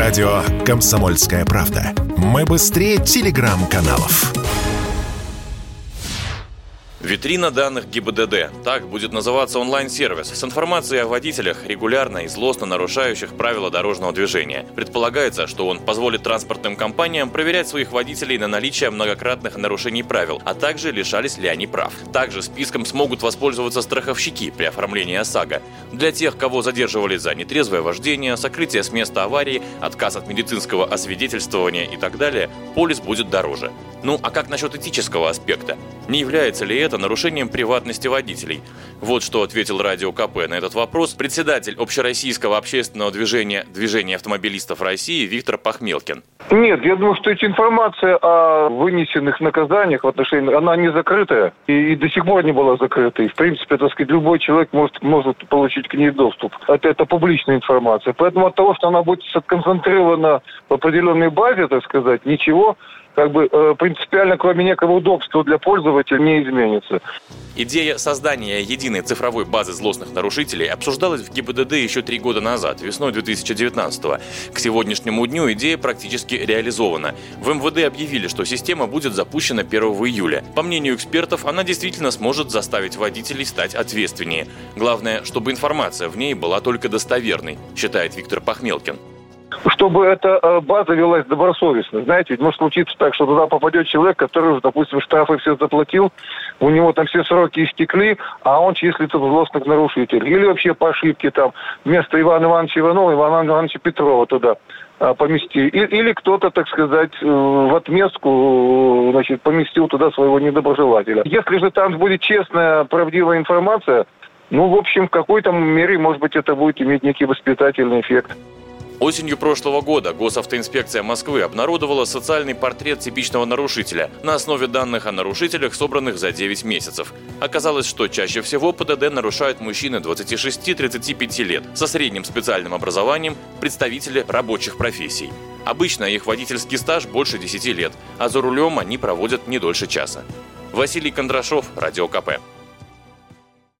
Радио «Комсомольская правда». Мы быстрее телеграм-каналов. Витрина данных ГИБДД. Так будет называться онлайн-сервис с информацией о водителях, регулярно и злостно нарушающих правила дорожного движения. Предполагается, что он позволит транспортным компаниям проверять своих водителей на наличие многократных нарушений правил, а также лишались ли они прав. Также списком смогут воспользоваться страховщики при оформлении ОСАГО. Для тех, кого задерживали за нетрезвое вождение, сокрытие с места аварии, отказ от медицинского освидетельствования и так далее, полис будет дороже. Ну а как насчет этического аспекта? Не является ли это нарушением приватности водителей? Вот что ответил Радио КП на этот вопрос председатель общероссийского общественного движения автомобилистов России Виктор Пахмелкин. Нет, я думаю, что эта информация о вынесенных наказаниях в отношении, она не закрытая и до сих пор не была закрыта. И, в принципе, так сказать, любой человек может получить к ней доступ. Это публичная информация. Поэтому от того, что она будет сконцентрирована в определенной базе, так сказать, ничего принципиально, кроме некого удобства для пользователя, не изменится. Идея создания единой цифровой базы злостных нарушителей обсуждалась в ГИБДД еще 3 года назад, весной 2019-го. К сегодняшнему дню идея практически реализована. В МВД объявили, что система будет запущена 1 июля. По мнению экспертов, она действительно сможет заставить водителей стать ответственнее. Главное, чтобы информация в ней была только достоверной, считает Виктор Пахмелкин. Чтобы эта база велась добросовестно. Знаете, ведь может случиться так, что туда попадет человек, который уже, допустим, штрафы все заплатил, у него там все сроки истекли, а он числится в злостных нарушителях. Или вообще по ошибке там вместо Ивана Ивановича Иванова Ивана Ивановича Петрова туда поместили. Или кто-то, так сказать, в отместку, поместил туда своего недоброжелателя. Если же там будет честная, правдивая информация, в общем, в какой-то мере, может быть, это будет иметь некий воспитательный эффект. Осенью прошлого года Госавтоинспекция Москвы обнародовала социальный портрет типичного нарушителя на основе данных о нарушителях, собранных за 9 месяцев. Оказалось, что чаще всего ПДД нарушают мужчины 26-35 лет со средним специальным образованием, представители рабочих профессий. Обычно их водительский стаж больше 10 лет, а за рулем они проводят не дольше часа. Василий Кондрашов, Радио КП.